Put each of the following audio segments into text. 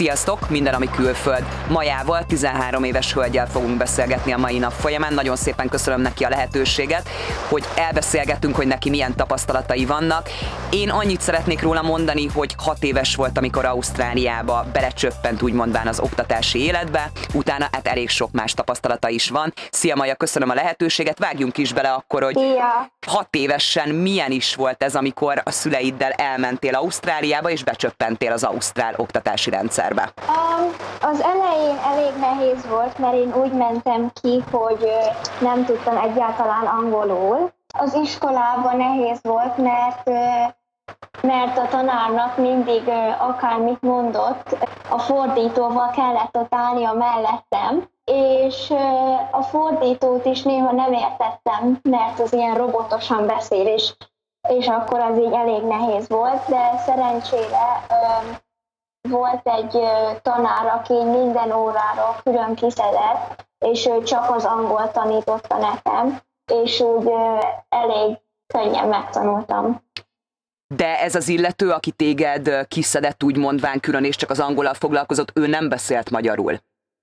Sziasztok! Minden, ami külföld. Majával, 13 éves hölggyel fogunk beszélgetni a mai nap folyamán. Nagyon szépen köszönöm neki a lehetőséget, hogy elbeszélgettünk, hogy neki milyen tapasztalatai vannak. Én annyit szeretnék róla mondani, hogy 6 éves volt, amikor Ausztráliába belecsöppent úgymondván az oktatási életbe. Utána hát elég sok más tapasztalata is van. Szia Maja, köszönöm a lehetőséget. Vágjunk is bele akkor, hogy 6 évesen milyen is volt ez, amikor a szüleiddel elmentél Ausztráliába, és becsöppentél az ausztrál oktatási rendszerbe? Az elején elég nehéz volt, mert én úgy mentem ki, hogy nem tudtam egyáltalán angolul. Az iskolában nehéz volt, mert a tanárnak mindig akármit mondott, a fordítóval kellett ott állnia mellettem, és a fordítót is néha nem értettem, mert az ilyen robotosan beszél, és akkor az így elég nehéz volt, de szerencsére volt egy tanár, aki minden óráról külön kiszedett, és ő csak az angolt tanította nekem, és úgy elég könnyen megtanultam. De ez az illető, aki téged kiszedett úgy mondván külön, és csak az angollal foglalkozott, ő nem beszélt magyarul?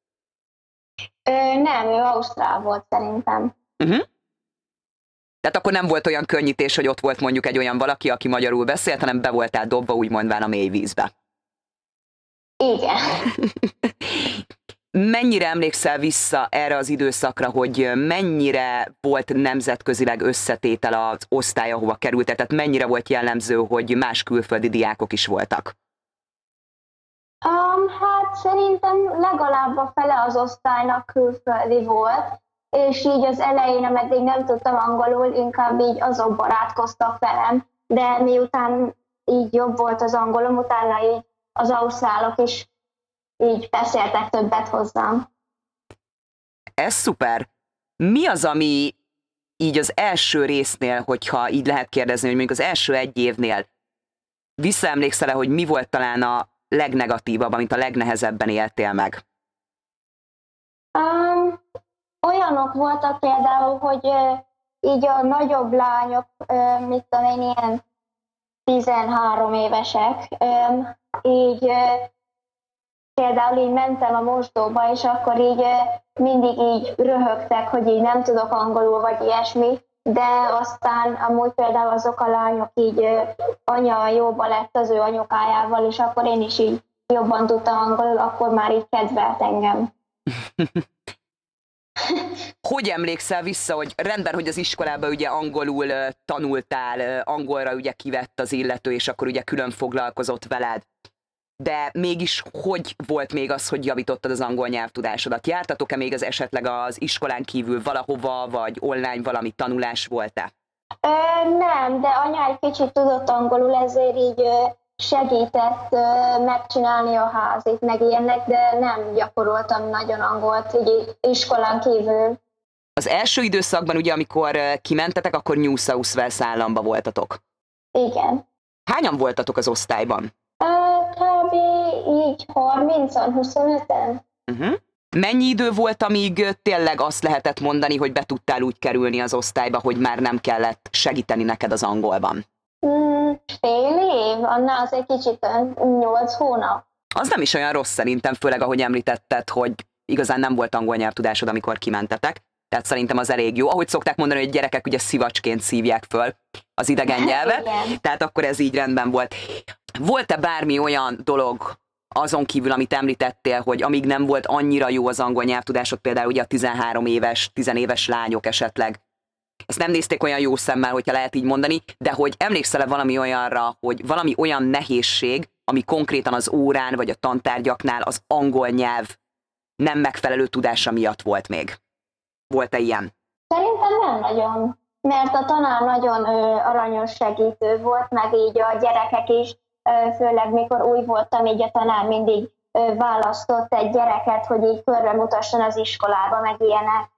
Nem, ő ausztrál volt szerintem. Tehát akkor nem volt olyan könnyítés, hogy ott volt mondjuk egy olyan valaki, aki magyarul beszélt, hanem be voltál dobva úgy mondván a mély vízbe. Igen. Mennyire emlékszel vissza erre az időszakra, hogy mennyire volt nemzetközileg összetétel az osztály, ahova kerültél, tehát mennyire volt jellemző, hogy más külföldi diákok is voltak? Hát szerintem legalább a fele az osztálynak külföldi volt, és így az elején, ameddig nem tudtam angolul, inkább így azok barátkoztak velem, de miután így jobb volt az angolom, utána így az ausztrálok is így beszéltek többet hozzám. Ez szuper! Mi az, ami így az első résznél, hogyha így lehet kérdezni, hogy mondjuk az első egy évnél visszaemlékszel-e, hogy mi volt talán a legnegatívabb, amit a legnehezebben éltél meg? Olyanok voltak például, hogy így a nagyobb lányok, mit tudom én, ilyen 13 évesek, így például így mentem a mosdóba, és akkor így mindig így röhögtek, hogy így nem tudok angolul, vagy ilyesmi, de aztán amúgy például azok a lányok így anya jóba lett az ő anyukájával, és akkor én is így jobban tudtam angolul, akkor már így kedvelt engem. Hogy emlékszel vissza, hogy rendben, hogy az iskolában ugye angolul tanultál, angolra ugye kivett az illető, és akkor ugye külön foglalkozott veled. De mégis hogy volt még az, hogy javítottad az angol nyelvtudásodat? Jártatok-e még az esetleg az iskolán kívül valahova, vagy online valami tanulás volt-e? Nem, de anya egy kicsit tudott angolul, ezért így segített megcsinálni a házit, meg ilyenek, de nem gyakoroltam nagyon angolt, így iskolán kívül. Az első időszakban ugye, amikor kimentetek, akkor New South Wales államba voltatok. Igen. Hányan voltatok az osztályban? Kb. Így 30-an, 25-en. Mennyi idő volt, amíg tényleg azt lehetett mondani, hogy be tudtál úgy kerülni az osztályba, hogy már nem kellett segíteni neked az angolban? Fél év, annál az egy kicsit 8 hónap. Az nem is olyan rossz szerintem, főleg ahogy említetted, hogy igazán nem volt angol nyelvtudásod, amikor kimentetek. Tehát szerintem az elég jó. Ahogy szokták mondani, hogy gyerekek ugye szivacsként szívják föl az idegen nyelvet, tehát akkor ez így rendben volt. Volt-e bármi olyan dolog azon kívül, amit említettél, hogy amíg nem volt annyira jó az angol nyelvtudásod, például ugye a 13 éves, 10 éves lányok esetleg, ezt nem nézték olyan jó szemmel, hogyha lehet így mondani, de hogy emlékszel-e valami olyanra, hogy valami olyan nehézség, ami konkrétan az órán vagy a tantárgyaknál az angol nyelv nem megfelelő tudása miatt volt még? Volt-e ilyen? Szerintem nem nagyon, mert a tanár nagyon aranyos segítő volt, meg így a gyerekek is, főleg mikor új voltam, így a tanár mindig választott egy gyereket, hogy így körbe mutasson az iskolába, meg ilyenek.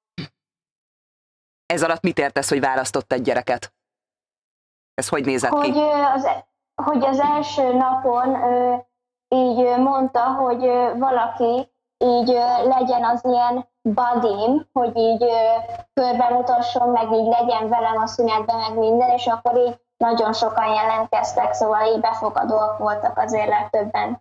Ez alatt mit értesz, hogy választott egy gyereket? Ez hogy nézett ki? Hogy az első napon így mondta, hogy valaki így legyen az ilyen buddym, hogy így körbemutasson, meg így legyen velem a szünetben, meg minden, és akkor így nagyon sokan jelentkeztek, szóval így befogadóak voltak azért legtöbben.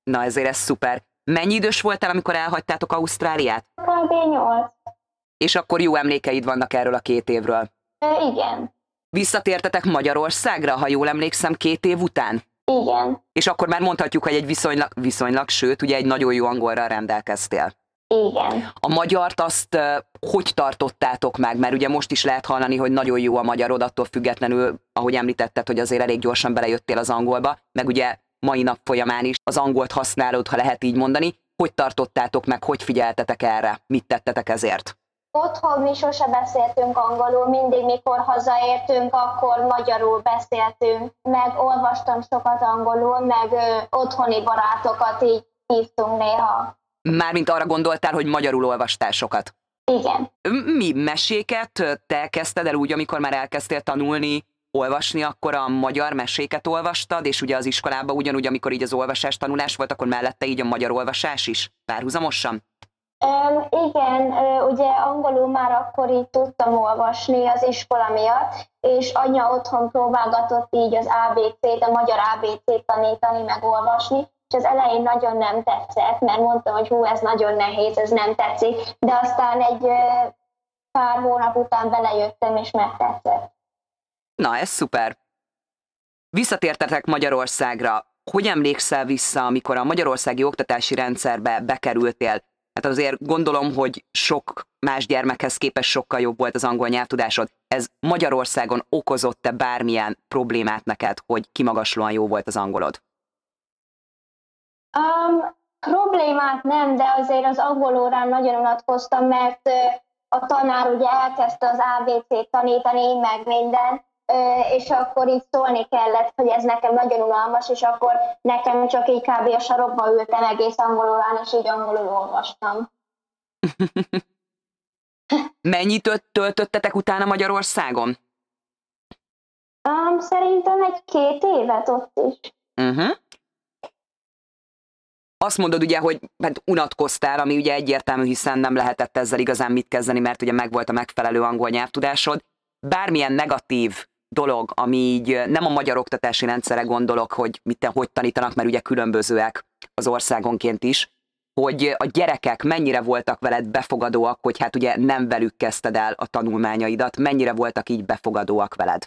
Na ezért ez szuper. Mennyi idős voltál, amikor elhagytátok Ausztráliát? Kb. 8. És akkor jó emlékeid vannak erről a 2 évről. Igen. Visszatértetek Magyarországra, ha jól emlékszem, 2 év után? Igen. És akkor már mondhatjuk, hogy egy viszonylag, sőt, ugye egy nagyon jó angolral rendelkeztél. Igen. A magyart azt hogy tartottátok meg? Mert ugye most is lehet hallani, hogy nagyon jó a magyarod, attól függetlenül, ahogy említetted, hogy azért elég gyorsan belejöttél az angolba, meg ugye mai nap folyamán is az angolt használod, ha lehet így mondani. Hogy tartottátok meg, hogy figyeltetek erre? Mit tettetek ezért? Otthon mi sose beszéltünk angolul, mindig mikor hazaértünk, akkor magyarul beszéltünk, meg olvastam sokat angolul, meg otthoni barátokat így hívtunk néha. Mármint arra gondoltál, hogy magyarul olvastál sokat? Igen. Mi meséket? Te kezdted el úgy, amikor már elkezdtél tanulni, olvasni, akkor a magyar meséket olvastad, és ugye az iskolában ugyanúgy, amikor így az olvasás tanulás volt, akkor mellette így a magyar olvasás is párhuzamosan? Igen, ugye angolul már akkor így tudtam olvasni az iskola miatt, és anya otthon próbálgatott így az ABC-t, a magyar ABC-t tanítani, meg olvasni, és az elején nagyon nem tetszett, mert mondtam, hogy hú, ez nagyon nehéz, ez nem tetszik, de aztán egy pár hónap után belejöttem, és megtetszett. Na, ez szuper. Visszatértetek Magyarországra. Hogy emlékszel vissza, amikor a magyarországi oktatási rendszerbe bekerültél? Hát azért gondolom, hogy sok más gyermekhez képest sokkal jobb volt az angol nyelvtudásod. Ez Magyarországon okozott-e bármilyen problémát neked, hogy kimagaslóan jó volt az angolod? Problémát nem, de azért az angol órán nagyon unatkoztam, mert a tanár ugye elkezdte az ABC-t tanítani, meg minden, és akkor így szólni kellett, hogy ez nekem nagyon unalmas, és akkor nekem csak így kb. A sarokba ültem egész angolulán, és így angolul olvastam. Mennyit töltöttetek utána Magyarországon? Szerintem 1-2 évet ott is. Azt mondod ugye, hogy hát unatkoztál, ami ugye egyértelmű, hiszen nem lehetett ezzel igazán mit kezdeni, mert ugye megvolt a megfelelő angol nyelvtudásod. Bármilyen negatív dolog, ami így nem a magyar oktatási rendszerre gondolok, hogy hogy tanítanak, mert ugye különbözőek az országonként is, hogy a gyerekek mennyire voltak veled befogadóak, hogy hát ugye nem velük kezdted el a tanulmányaidat, mennyire voltak így befogadóak veled?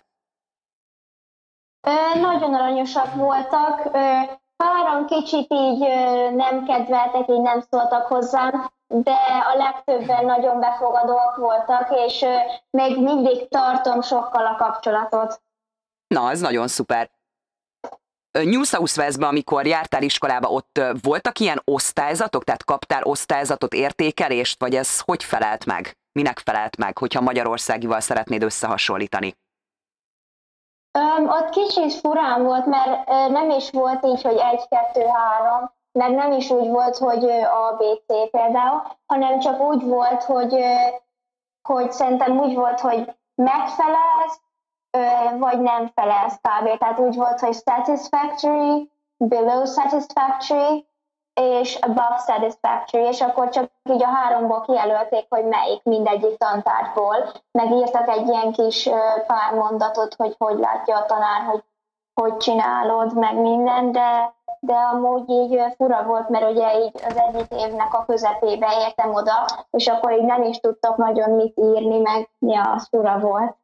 Nagyon aranyosak voltak, páran kicsit így nem kedveltek, így nem szóltak hozzám, de a legtöbben nagyon befogadóak voltak, és még mindig tartom sokkal a kapcsolatot. Na, ez nagyon szuper. New South Walesben, amikor jártál iskolába, ott voltak ilyen osztályzatok, tehát kaptál osztályzatot, értékelést, vagy ez hogy felelt meg? Minek felelt meg, hogyha Magyarországival szeretnéd összehasonlítani? Ott kicsit furán volt, mert nem is volt így, hogy 1, 2, 3, meg nem is úgy volt, hogy ABC például, hanem csak úgy volt, hogy szerintem úgy volt, hogy megfelelsz, vagy nem felelsz kb. Tehát úgy volt, hogy satisfactory, below satisfactory, és above satisfactory, és akkor csak így a 3-ból kijelölték, hogy melyik mindegyik tantárgyból, megírtak egy ilyen kis pár mondatot, hogy látja a tanár, hogy csinálod, meg minden, de amúgy így fura volt, mert ugye így az egyik évnek a közepébe értem oda, és akkor így nem is tudtak nagyon mit írni, meg ja, az fura volt.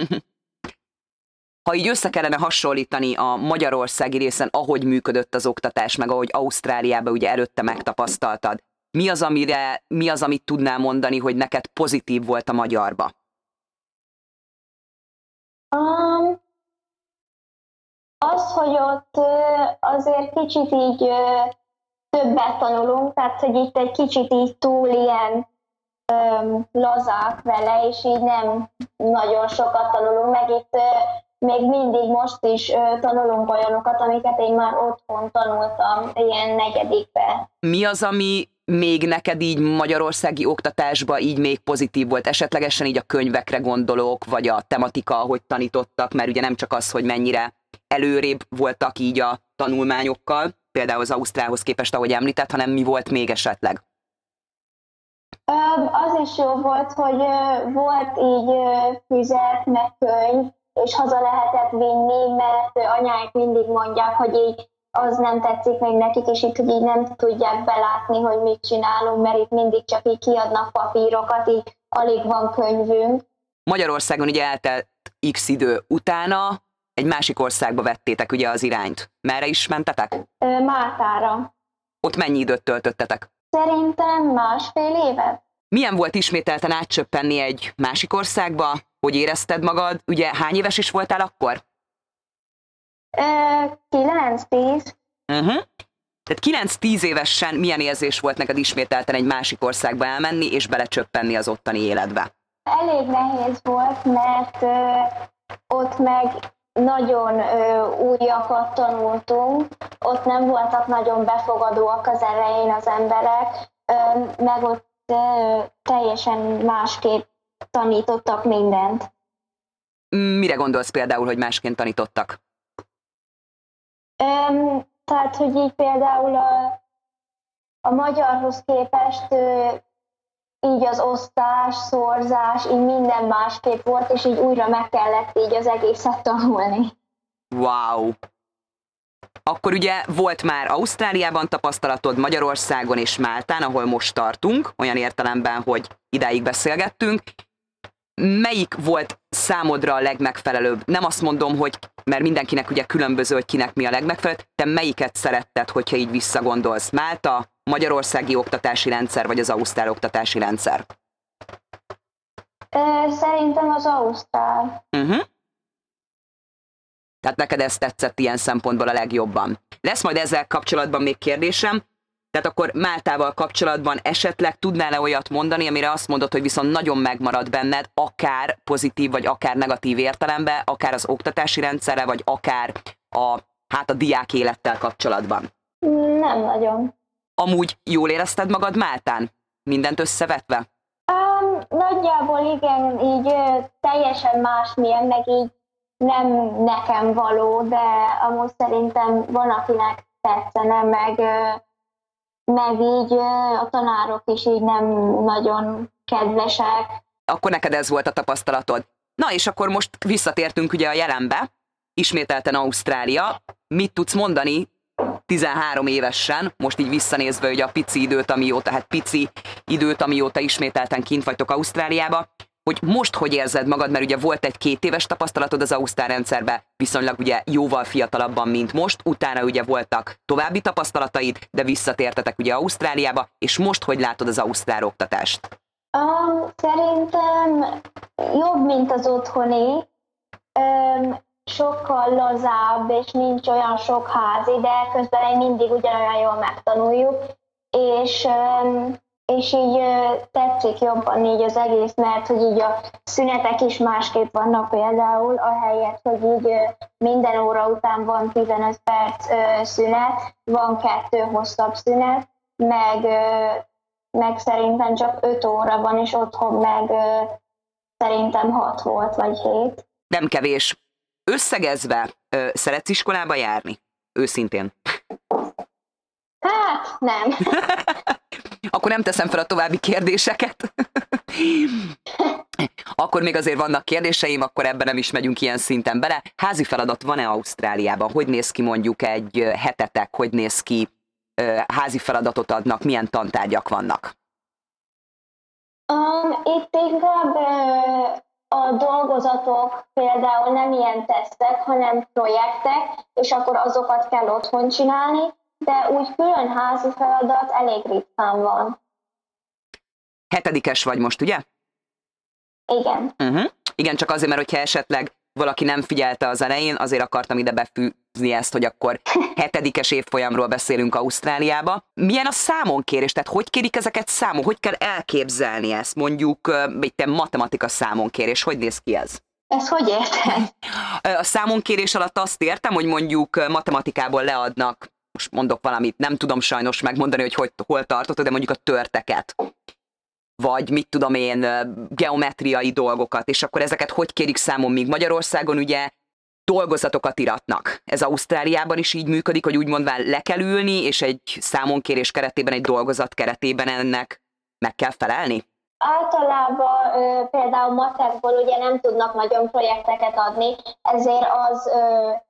Ha így össze kellene hasonlítani a magyarországi részen, ahogy működött az oktatás, meg ahogy Ausztráliában ugye előtte megtapasztaltad, mi az, amit tudnál mondani, hogy neked pozitív volt a magyarba? Az, hogy ott azért kicsit így többet tanulunk, tehát hogy itt egy kicsit így túl ilyen lazák vele, és így nem nagyon sokat tanulunk, meg itt még mindig most is tanulunk olyanokat, amiket én már otthon tanultam, ilyen 4. Mi az, ami még neked így magyarországi oktatásban így még pozitív volt? Esetlegesen így a könyvekre gondolok, vagy a tematika, ahogy tanítottak, mert ugye nem csak az, hogy mennyire előrébb voltak így a tanulmányokkal, például az ausztrálhoz képest, ahogy említett, hanem mi volt még esetleg? Az is jó volt, hogy volt így füzet, meg könyv, és haza lehetett vinni, mert anyáik mindig mondják, hogy így az nem tetszik még nekik, és itt így nem tudják belátni, hogy mit csinálunk, mert itt mindig csak így kiadnak papírokat, így alig van könyvünk. Magyarországon ugye eltelt X idő utána, egy másik országba vettétek ugye az irányt. Merre is mentetek? Máltára. Ott mennyi időt töltöttetek? Szerintem 1,5 évet. Milyen volt ismételten átcsöppenni egy másik országba? Hogy érezted magad? Ugye hány éves is voltál akkor? 9-10. Tehát 9-10 évesen milyen érzés volt neked ismételten egy másik országba elmenni és belecsöppenni az ottani életbe? Elég nehéz volt, mert ott meg nagyon újakat tanultunk, ott nem voltak nagyon befogadóak az elején az emberek, meg ott teljesen másképp tanítottak mindent. Mire gondolsz például, hogy másként tanítottak? Tehát, hogy így például a magyarhoz képest így az osztás, szorzás, így minden másképp volt, és így újra meg kellett így az egészet tanulni. Wow! Akkor ugye volt már Ausztráliában tapasztalatod, Magyarországon és Máltán, ahol most tartunk, olyan értelemben, hogy idáig beszélgettünk. Melyik volt számodra a legmegfelelőbb? Nem azt mondom, hogy, mert mindenkinek ugye különböző, hogy kinek mi a legmegfelelőbb, te melyiket szeretted, hogyha így visszagondolsz? Málta, magyarországi oktatási rendszer, vagy az ausztrál oktatási rendszer? Szerintem az ausztrál. Tehát neked ez tetszett ilyen szempontból a legjobban. Lesz majd ezzel kapcsolatban még kérdésem, tehát akkor Máltával kapcsolatban esetleg tudnál-e olyat mondani, amire azt mondod, hogy viszont nagyon megmarad benned, akár pozitív, vagy akár negatív értelemben, akár az oktatási rendszerre, vagy akár a diák élettel kapcsolatban? Nem nagyon. Amúgy jól érezted magad Máltán? Mindent összevetve? Nagyjából igen, így teljesen másmilyen, meg így nem nekem való, de amúgy szerintem van, akinek tetszene, meg így a tanárok is így nem nagyon kedvesek. Akkor neked ez volt a tapasztalatod. Na és akkor most visszatértünk ugye a jelenbe, ismételten Ausztrália. Mit tudsz mondani 13 évesen, most így visszanézve ugye a pici időt, amióta ismételten kint vagytok Ausztráliába, hogy most hogy érzed magad, mert ugye volt egy 2 éves tapasztalatod az ausztrál rendszerbe, viszonylag ugye jóval fiatalabban, mint most, utána ugye voltak további tapasztalataid, de visszatértetek ugye Ausztráliába, és most hogy látod az ausztrál oktatást? Szerintem jobb, mint az otthoni, sokkal lazább, és nincs olyan sok házi, de közben mindig ugyanolyan jól megtanuljuk, és így tetszik jobban így az egész, mert hogy így a szünetek is másképp vannak például, ahelyett, hogy így minden óra után van 15 perc szünet, van 2 hosszabb szünet, meg szerintem csak 5 óra van, és otthon meg szerintem 6 volt, vagy 7. Nem kevés. Összegezve, szeretsz iskolába járni? Őszintén. Hát, nem. Akkor nem teszem fel a további kérdéseket. Akkor még azért vannak kérdéseim, akkor ebben nem is megyünk ilyen szinten bele. Házi feladat van-e Ausztráliában? Hogy néz ki mondjuk egy hetetek? Hogy néz ki? Házi feladatot adnak? Milyen tantárgyak vannak? Itt inkább a dolgozatok például nem ilyen tesztek, hanem projektek, és akkor azokat kell otthon csinálni, de úgy külön házi feladat elég ritkán van. 7-es vagy most, ugye? Igen. Igen, csak azért, mert hogyha esetleg valaki nem figyelte az elején, azért akartam ide befűzni ezt, hogy akkor 7-es évfolyamról beszélünk Ausztráliába. Milyen a számonkérés? Tehát hogy kérik ezeket számon? Hogy kell elképzelni ezt? Mondjuk egy matematika számonkérés. Hogy néz ki ez? Ezt hogy érted? A számonkérés alatt azt értem, hogy mondjuk matematikából leadnak, most mondok valamit, nem tudom sajnos megmondani, hogy hol tartotod, de mondjuk a törteket. Vagy mit tudom én, geometriai dolgokat, és akkor ezeket hogy kérik számon, míg Magyarországon ugye dolgozatokat iratnak. Ez Ausztráliában is így működik, hogy úgy mondván le kell ülni, és egy számonkérés keretében, egy dolgozat keretében ennek meg kell felelni? Általában például matekból ugye nem tudnak nagyon projekteket adni, ezért az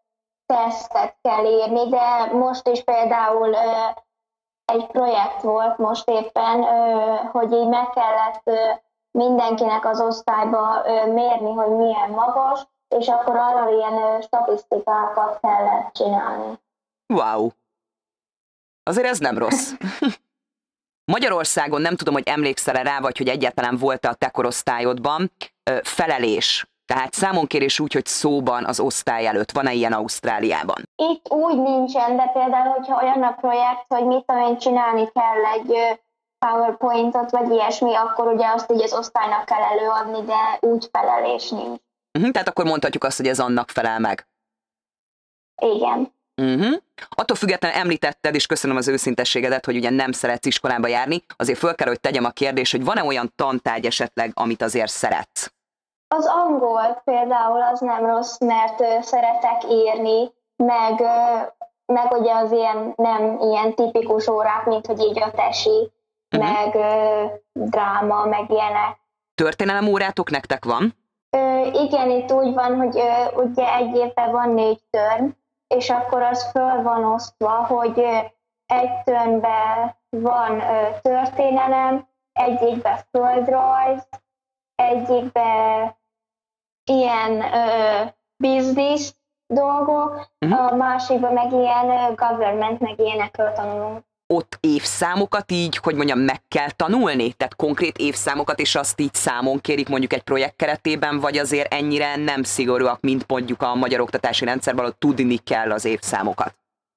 tesztet kell írni, de most is például egy projekt volt most éppen, hogy így meg kellett mindenkinek az osztályba mérni, hogy milyen magas, és akkor arra ilyen statisztikákat kellett csinálni. Wow! Azért ez nem rossz. Magyarországon nem tudom, hogy emlékszel-e rá, vagy hogy egyáltalán volt-e a te korosztályodban felelés. Tehát számonkérés úgy, hogy szóban az osztály előtt. Van-e ilyen Ausztráliában? Itt úgy nincsen, de például, hogyha olyan a projekt, hogy mit tudom én, csinálni kell egy PowerPointot, vagy ilyesmi, akkor ugye azt így az osztálynak kell előadni, de úgy felelés nincs. Tehát akkor mondhatjuk azt, hogy ez annak felel meg. Igen. Attól függetlenül említetted, és köszönöm az őszintességedet, hogy ugye nem szeretsz iskolába járni, azért föl kell, hogy tegyem a kérdést, hogy van-e olyan tantárgy esetleg, amit azért szeretsz? Az angol például az nem rossz, mert szeretek írni, meg ugye az ilyen, nem ilyen tipikus órák, mint hogy így a tesi, meg dráma, meg ilyenek. Történelem órátok nektek van? Igen, itt úgy van, hogy ugye egy évben van 4 törn, és akkor az föl van osztva, hogy egy törnben van történelem, egyikben földrajz, egyikben ilyen business dolgok, a másikban meg ilyen government, meg ilyenekről tanulunk. Ott évszámokat így, hogy mondjam, meg kell tanulni? Tehát konkrét évszámokat, és azt így számon kérik mondjuk egy projekt keretében, vagy azért ennyire nem szigorúak, mint mondjuk a magyar oktatási rendszerben, ahol tudni kell az évszámokat?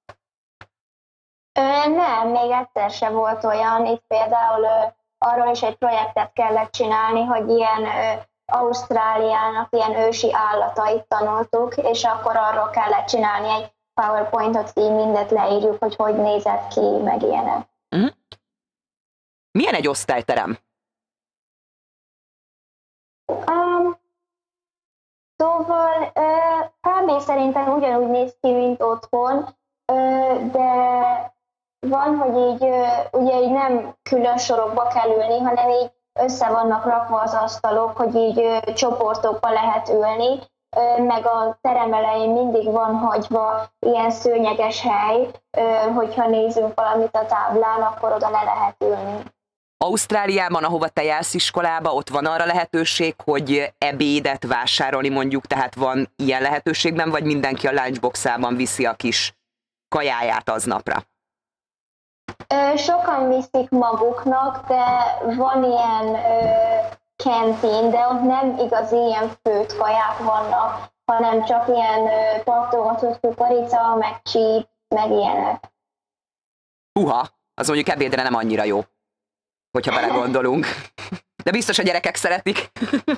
Nem, még egyszer se volt olyan. Itt például arról is egy projektet kellett csinálni, hogy ilyen Ausztráliának ilyen ősi állatait tanultuk, és akkor arról kellett csinálni egy PowerPointot, így mindet leírjuk, hogy nézett ki, meg ilyenek. Milyen egy osztályterem? Szóval kb. Szerintem ugyanúgy néz ki, mint otthon, de van, hogy így, ugye így nem külön sorokba kell ülni, hanem így össze vannak rakva az asztalok, hogy így csoportokba lehet ülni, meg a terem elején mindig van hagyva ilyen szőnyeges hely, hogyha nézünk valamit a táblán, akkor oda le lehet ülni. Ausztráliában, ahova te jársz iskolába, ott van arra lehetőség, hogy ebédet vásárolni mondjuk, tehát van ilyen lehetőségben, vagy mindenki a lunchboxában viszi a kis kajáját aznapra? Sokan viszik maguknak, de van ilyen kantin, de ott nem igazi ilyen főtt kaják vannak, hanem csak ilyen pattogatott kukorica, meg chips, meg ilyenek. Az mondjuk ebédre nem annyira jó, hogyha belegondolunk. De biztos a gyerekek szeretik.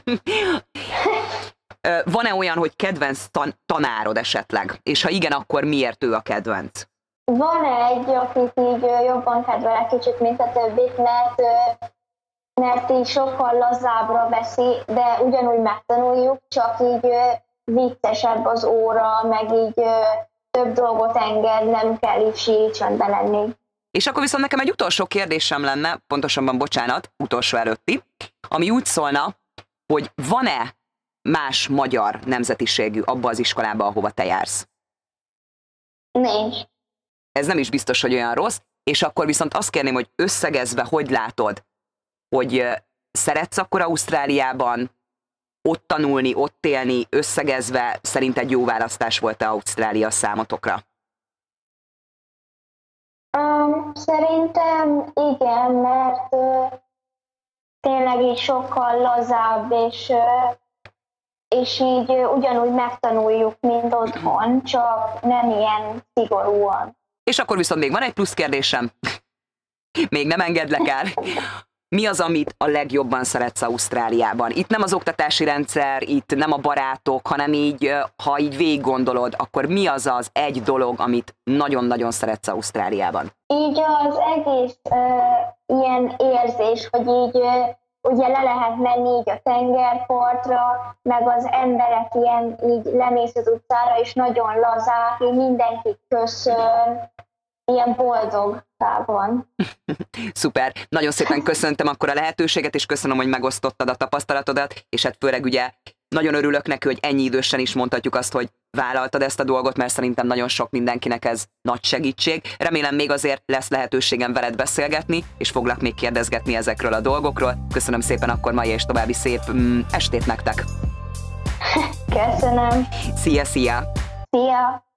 Van-e olyan, hogy kedvenc tanárod esetleg? És ha igen, akkor miért ő a kedvenc? Van egy, akit így jobban kedvelek kicsit, mint a többit, mert így sokkal lazábbra veszi, de ugyanúgy megtanuljuk, csak így viccesebb az óra, meg így több dolgot enged, nem kell így csöndben lenni. És akkor viszont nekem egy utolsó kérdésem lenne, pontosabban bocsánat, utolsó előtti, ami úgy szólna, hogy van-e más magyar nemzetiségű abba az iskolába, ahova te jársz? Nincs. Ez nem is biztos, hogy olyan rossz, és akkor viszont azt kérném, hogy összegezve, hogy látod, hogy szeretsz akkor Ausztráliában ott tanulni, ott élni, összegezve szerint egy jó választás volt-e Ausztrália számotokra? Szerintem igen, mert tényleg így sokkal lazább, és így ugyanúgy megtanuljuk, mint otthon, csak nem ilyen szigorúan. És akkor viszont még van egy plusz kérdésem. Még nem engedlek el. Mi az, amit a legjobban szeretsz Ausztráliában? Itt nem az oktatási rendszer, itt nem a barátok, hanem így, ha így végig gondolod, akkor mi az az egy dolog, amit nagyon-nagyon szeretsz Ausztráliában? Így az egész ilyen érzés, hogy így ugye le lehet menni így a tengerpartra, meg az emberek ilyen így lemész az utcára, és nagyon lazák, így mindenki köszön, ilyen boldog van. Szuper, nagyon szépen köszöntem akkor a lehetőséget, és köszönöm, hogy megosztottad a tapasztalatodat, és hát főleg ugye nagyon örülök neki, hogy ennyi idősen is mondhatjuk azt, hogy vállaltad ezt a dolgot, mert szerintem nagyon sok mindenkinek ez nagy segítség. Remélem még azért lesz lehetőségem veled beszélgetni, és foglak még kérdezgetni ezekről a dolgokról. Köszönöm szépen akkor mai és további szép estét nektek! Köszönöm! Szia, szia! Szia!